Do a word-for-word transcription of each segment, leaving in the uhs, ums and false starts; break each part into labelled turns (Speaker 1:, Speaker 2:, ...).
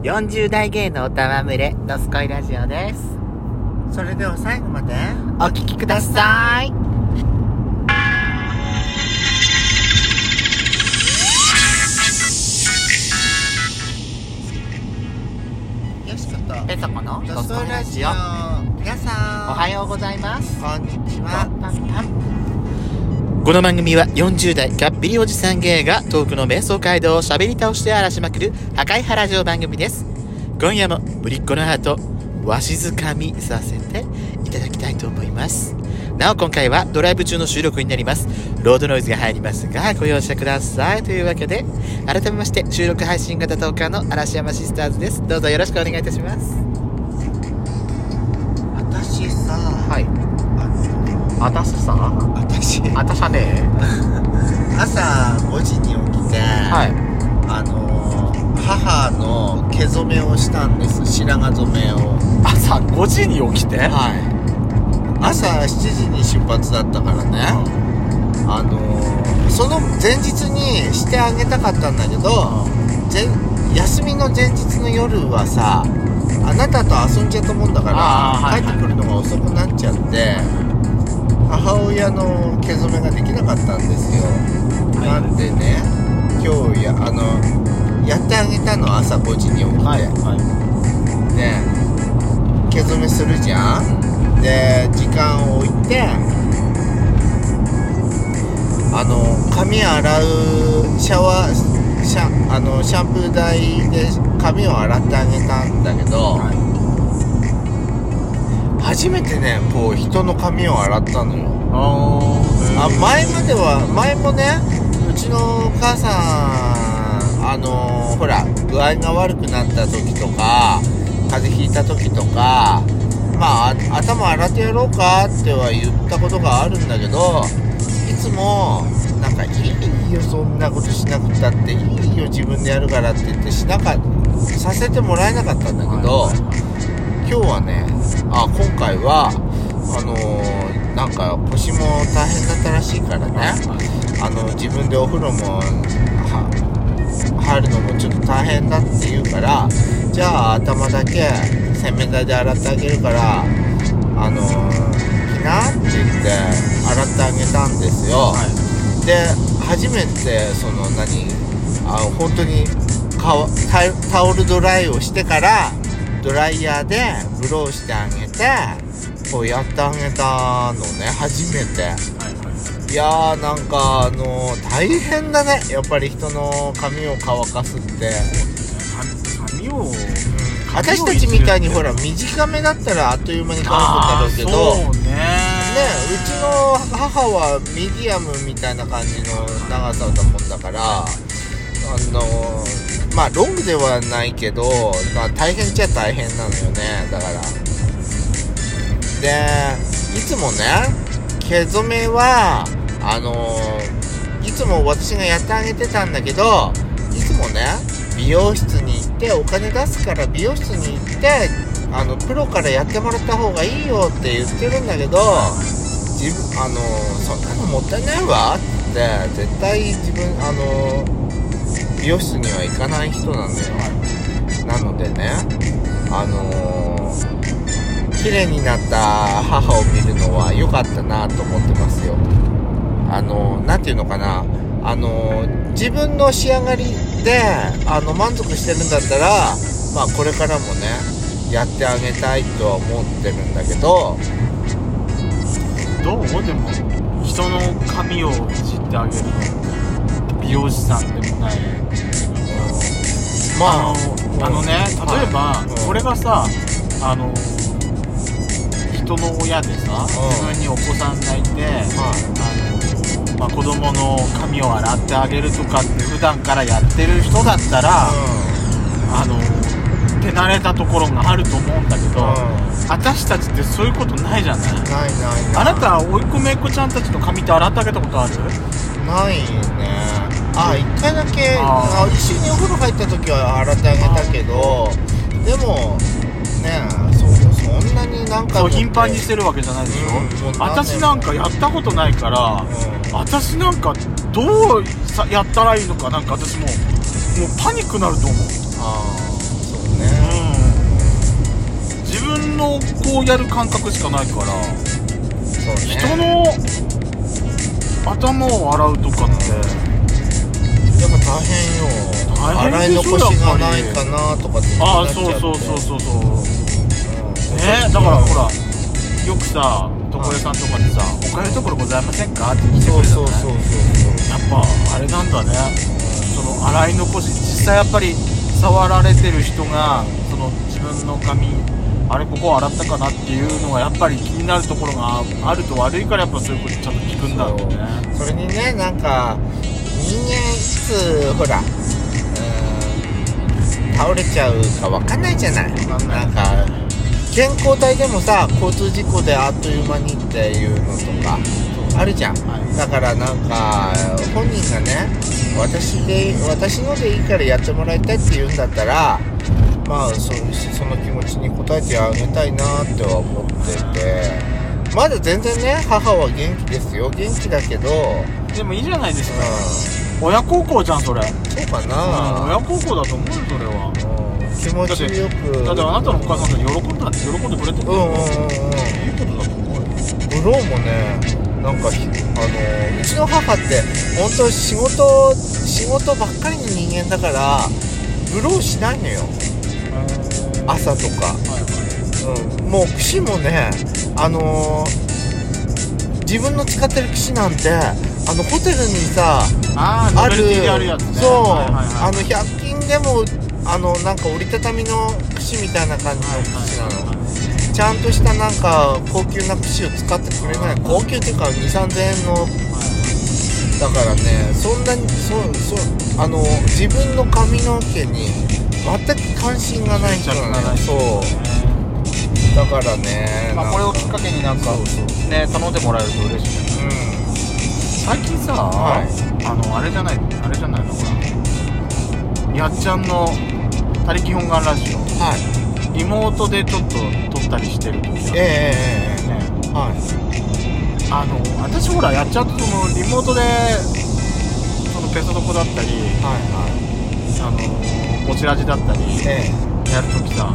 Speaker 1: よんじゅう代芸能戯れドスコイラジオです。
Speaker 2: それでは最後まで
Speaker 1: お聞きください。
Speaker 2: よしこと
Speaker 1: ペソコの
Speaker 2: ドスコイラジオ、皆さん
Speaker 1: おはようございます。
Speaker 2: こんにちは。
Speaker 1: パンパン。この番組はよんじゅう代がっぴりおじさん芸が遠くの瞑想街道を喋り倒して荒らしまくる破壊派ラジオ番組です。今夜もぶりっ子のハートわしづかみさせていただきたいと思います。なお今回はドライブ中の収録になります。ロードノイズが入りますがご容赦ください。というわけで改めまして収録配信型トーカーの嵐山シスターズです。どうぞよろしくお願いいたします。
Speaker 2: 私さ、
Speaker 1: はいあたしさ
Speaker 2: 私
Speaker 1: あたしゃね
Speaker 2: 朝ごじに起きて、
Speaker 1: はい、
Speaker 2: あの母の毛染めをしたんです。白髪染めを
Speaker 1: 朝ごじに起きて、
Speaker 2: はい、朝しちじに出発だったからね、うん、あのその前日にしてあげたかったんだけど、前休みの前日の夜はさあなたと遊んじゃったもんだから、はい、帰ってくるのが遅くなっちゃって母親の毛染めができなかったんですよ、はい、なんでね今日やあのやってあげたの朝ごじに起きて、はいはい、で毛染めするじゃん。で時間を置いてあの髪洗うシャワーシャあのシャンプー台で髪を洗ってあげたんだけど、はい、初めてねこう人の髪を洗ったのよ。あ前までは前もねうちのお母さんあのほら具合が悪くなった時とか風邪ひいた時とかまあ頭洗ってやろうかっては言ったことがあるんだけどいつもなんかいいよそんなことしなくたっていいよ自分でやるからって言ってしなかさせてもらえなかったんだけど、はいはいはい、今日はねあ今回はあのーなんか腰も大変だったらしいからねあの自分でお風呂も入るのもちょっと大変だって言うからじゃあ頭だけ洗面台で洗ってあげるからあのー、いいなって言って洗ってあげたんですよ、はい、で初めてその何あ本当に顔 タ, タオルドライをしてからドライヤーでブローしてあげてこうやってあげたのね初めて、はいはい、いやーなんかあのー、大変だねやっぱり人の髪を乾かすって
Speaker 1: 髪を、うん、
Speaker 2: 私たちみたいにほら短めだったらあっという間に乾くんだろうけど
Speaker 1: そうね、ね
Speaker 2: うちの母はミディアムみたいな感じの長さだもんだからあのー、まあロングではないけど、まあ、大変っちゃ大変なのよね。だからでいつもね毛染めはあのー、いつも私がやってあげてたんだけどいつもね美容室に行ってお金出すから美容室に行ってあのプロからやってもらった方がいいよって言ってるんだけど自分あのー、そんなのもったいないわって絶対自分あのー、美容室には行かない人なんだよ。なのでねあのー綺麗になった母を見るのは良かったなと思ってますよ。あのなんていうのかなあの自分の仕上がりであの満足してるんだったらまあこれからもねやってあげたいとは思ってるんだけど
Speaker 1: どうでも人の髪をいじってあげるの美容師さんでもない、うん、まああの、あのね例えば、はいうん、これがさあの人の親でさ、自分にお子さんがいて、はいあのまあ、子供の髪を洗ってあげるとかって普段からやってる人だったら、うん、あの手慣れたところがあると思うんだけど、うん、私たちってそういうことないじゃない。
Speaker 2: ないないない。
Speaker 1: あなたおいっ子めいっ子ちゃんたちの髪って洗ってあげたことある？
Speaker 2: ないね。あ、一回だけあ一緒にお風呂入った時は洗ってあげたけどでもねそうそんなになんか
Speaker 1: そう頻繁にしてるわけじゃないでしょ、うん、私なんかやったことないから、うん、私なんかどうさやったらいいのかなんか私もうもうパニックになると思う。
Speaker 2: あそうね
Speaker 1: をやる感覚しかないから、
Speaker 2: そうね、
Speaker 1: 人の頭を洗うとかって、
Speaker 2: やっぱ大変よ。洗い残しがないかなとかって
Speaker 1: ああそうそうそうそうそう、うん、ね、だからほらよくさ床屋さんとかでさ、お買いところございませんかって聞いてくれるじゃない。そうそうそうそう、やっぱあれなんだね、その洗い残し、実際やっぱり触られてる人がその自分の髪あれここ洗ったかなっていうのがやっぱり気になるところがあると悪いから、やっぱそういうことちゃんと聞くんだろうね。
Speaker 2: そ, それにね、なんか人間いつほらうーん倒れちゃうか分かんないじゃない。なんか健康体でもさ、交通事故であっという間にっていうのとかあるじゃん、はい、だからなんか本人がね、私で私のでいいからやってもらいたいって言うんだったら、まあ そ, その気持ちに応えてあげたいなっては思ってて、まだ全然ね、母は元気ですよ、元気だけど、
Speaker 1: でもいいじゃないですか、うん、親孝行じゃんそれ。
Speaker 2: そうかな、
Speaker 1: うん、親孝行だと思うよそれは、
Speaker 2: うん、気持ちよく。
Speaker 1: だってあなたのお母さんが喜んだって喜んでくれてるから、うんうんうん、いいことだと思うよ。
Speaker 2: ブローもね、なんかあのうちの母って本当仕事仕事ばっかりの人間だからブローしないのよ、朝とか、はいはい、うん、もう櫛もね、あのー、自分の使ってる櫛なんてあのホテルにさ
Speaker 1: あ, あるあるやつ、ね、
Speaker 2: そう、
Speaker 1: はいはいはい、
Speaker 2: あのひゃく均でもあのなんか折りたたみの櫛みたいな感じの櫛なの、はいはいはい、ちゃんとしたなんか高級な櫛を使ってくれない、高級っていうかにせんさんぜんえんの、はい、だからね、そんなにそうそうあの自分の髪の毛に全く関心がない人なの。そうだからね、
Speaker 1: まあ、これをきっかけになんかそうそうね、頼んでもらえると嬉しいね、うん、最近さ、はい、あのあれじゃないあれじゃないのほら、やっちゃんの他力本願ラジオ、はい、リモートでちょっと撮ったりしてる時は、えー、ね、はい、あの私ほらやっちゃんとそのリモートでそのペソドコだったり、はいはい、あのボチラジだったり、えーやるときさ、はい、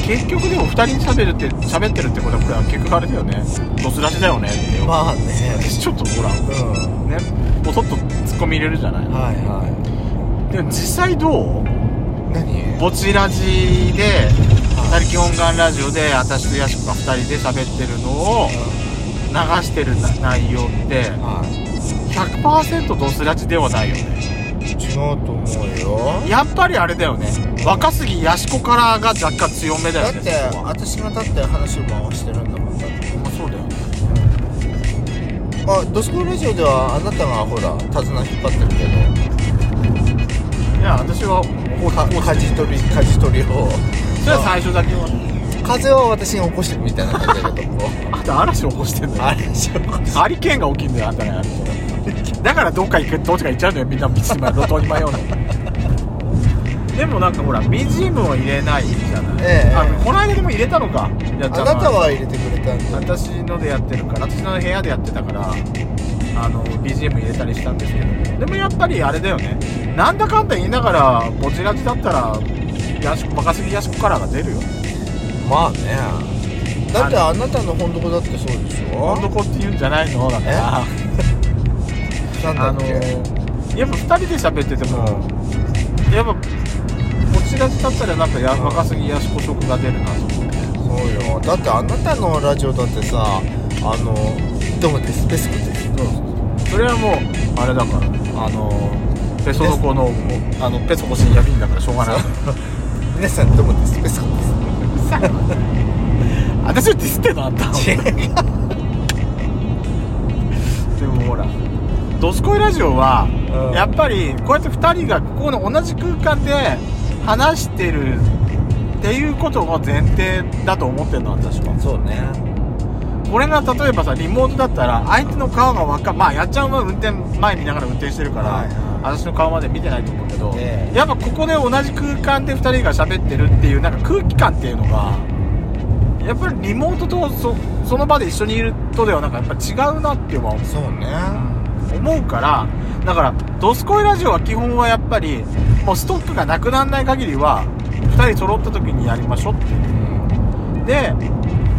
Speaker 1: 結局でもふたりで喋るって喋ってるってことはこれは結局あれだよね、ドスラジだよねってよ。
Speaker 2: まあね、
Speaker 1: 私ちょっとほら、うん、ね、もうちょっとツッコミ入れるじゃない。はいはい。でも実際どう？
Speaker 2: 何？
Speaker 1: ボチラジで他力本願ラジオで私とヤシコがふたりで喋ってるのを流してる内容って、はい、ひゃくパーセント ドスラジではないよね。
Speaker 2: 違うと思うよ。や
Speaker 1: っぱりあれだよね、若杉やしこからが若干強めだよね。
Speaker 2: だって私がだって話を回してるんだもん。だって、
Speaker 1: まあ、そうだよね。
Speaker 2: あ、ドスコラジオではあなたがほら手綱引っ張ってるけ
Speaker 1: ど、いや私は
Speaker 2: 舵取り舵取りを、
Speaker 1: それは最初だけは
Speaker 2: 風を私が起こしてるみたいな感じだけど
Speaker 1: あんた嵐を起こしてんだよ。嵐を起こしてハリケーンが起きんだよ、あんたがやると。だからどっか行く、どっちか行っちゃうんだよ、みんな道に迷う、路頭に迷うの。でもなんかほら ビージーエム を入れないじゃない、ええ、あのこの間でも入れたのか、
Speaker 2: やっちゃう。あなたは入れてくれたんだ。
Speaker 1: 私のでやってるから、私の部屋でやってたから、あの ビージーエム 入れたりしたんですけど、でもやっぱりあれだよね、なんだかんだ言いながらボチラジだったらやしこバカすぎやしこカラーが出るよね。
Speaker 2: まあね、だってあなたの本どこだってそうでしょ。
Speaker 1: 本どこって言うんじゃないのだから
Speaker 2: なんだっけ、
Speaker 1: あのやっぱふたりで喋ってても、うん、やっぱボチラジだったらなんかや若杉やしこ色が出るなと思って。
Speaker 2: そうよ、だってあなたのラジオだってさ、あのどうもですペソコです。
Speaker 1: そうそうそう、それはもうあれだから、あのペソドコのあのペソコ深夜便だからしょうがない
Speaker 2: 皆さんどうもですペソコです。
Speaker 1: 私をディスってんのあんたでもほらドスコイラジオは、うん、やっぱりこうやってふたりがここの同じ空間で話してるっていうことが前提だと思ってるの、私は。
Speaker 2: そうね。
Speaker 1: これが例えばさリモートだったら相手の顔が分かる、まあやっちゃんは運転前見ながら運転してるから、はいはい、私の顔まで見てないと思うけど、えー、やっぱここで同じ空間でふたりが喋ってるっていうなんか空気感っていうのがやっぱりリモートと そ, その場で一緒にいるとではなんかやっぱ違うなって思う。
Speaker 2: そうね、
Speaker 1: うん、思うから、だからドスコイラジオは基本はやっぱりもうストックがなくならない限りはふたり揃った時にやりましょっていう、うん、で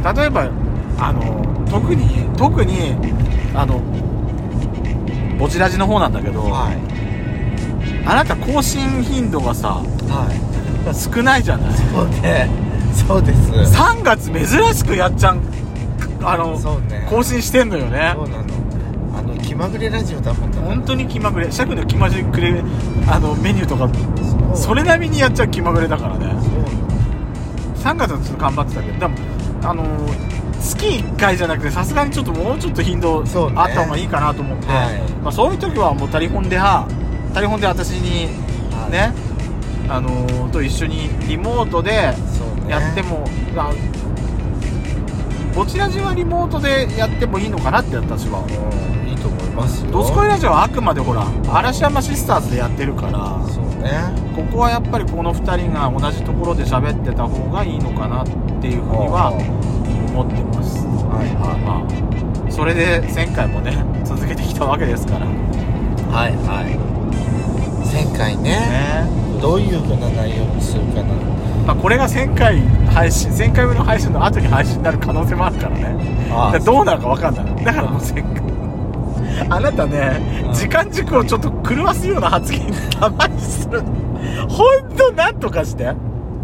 Speaker 1: 例えばあの特に特にあのぼちラジの方なんだけど、はい、あなた更新頻度がさ、はい、少ないじゃない。
Speaker 2: そうね、そうです。
Speaker 1: さんがつ珍しくやっちゃんあの、ね、更新してんのよね。
Speaker 2: そうなの。あの気まぐれラジオだもんだ。
Speaker 1: 本当に気まぐれ。シャクの気まぐれあのメニューとか そ, それなりにやっちゃう気まぐれだからね。そうさんがつはちょっと頑張ってたけど、でもあの月いっかいじゃなくてさすがにちょっともうちょっと頻度あった方がいいかなと思って、そう、ね、はい、まあ、そういう時はもうタリフォンではタリフォンで私にね、はい、あのー、と一緒にリモートでやっても、ね、あぼちラジはリモートでやってもいいのかなって私は、
Speaker 2: うん、いいと思いますよ。
Speaker 1: ドスコイラジオはあくまでほら嵐山シスターズでやってるから、
Speaker 2: そうね、こ
Speaker 1: こはやっぱりこのふたりが同じところで喋ってた方がいいのかなっていうふうには思ってます。はいはい、まあそれでせんかいもね続けてきたわけですから。
Speaker 2: はいはい、せんかい ね, ねどういう風な内容にするかな。
Speaker 1: まあ、これがせんかい配信せんかいめの配信の後に配信になる可能性もあるからね。ああ、どうなるか分かんない。だからもうせんかいあなたね、時間軸をちょっと狂わすような発言たまにする。ほんとなんとかして。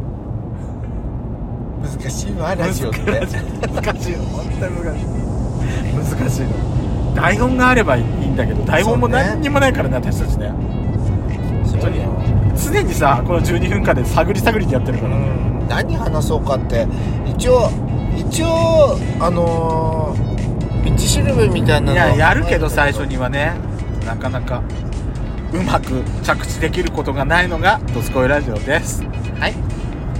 Speaker 2: 難しいわラジオって
Speaker 1: 難しいの本当に難しい難しいの。台本があればいいんだけど台本も何にもないからね、私たちね。本当に常にさこのじゅうにふんかんで探り探りでやってるから、ね、
Speaker 2: うん、何話そうかって一応一応あのー、道しるべみたいなの
Speaker 1: いややるけど最初にはねなかなかうまく着地できることがないのがドスコイラジオです。はい。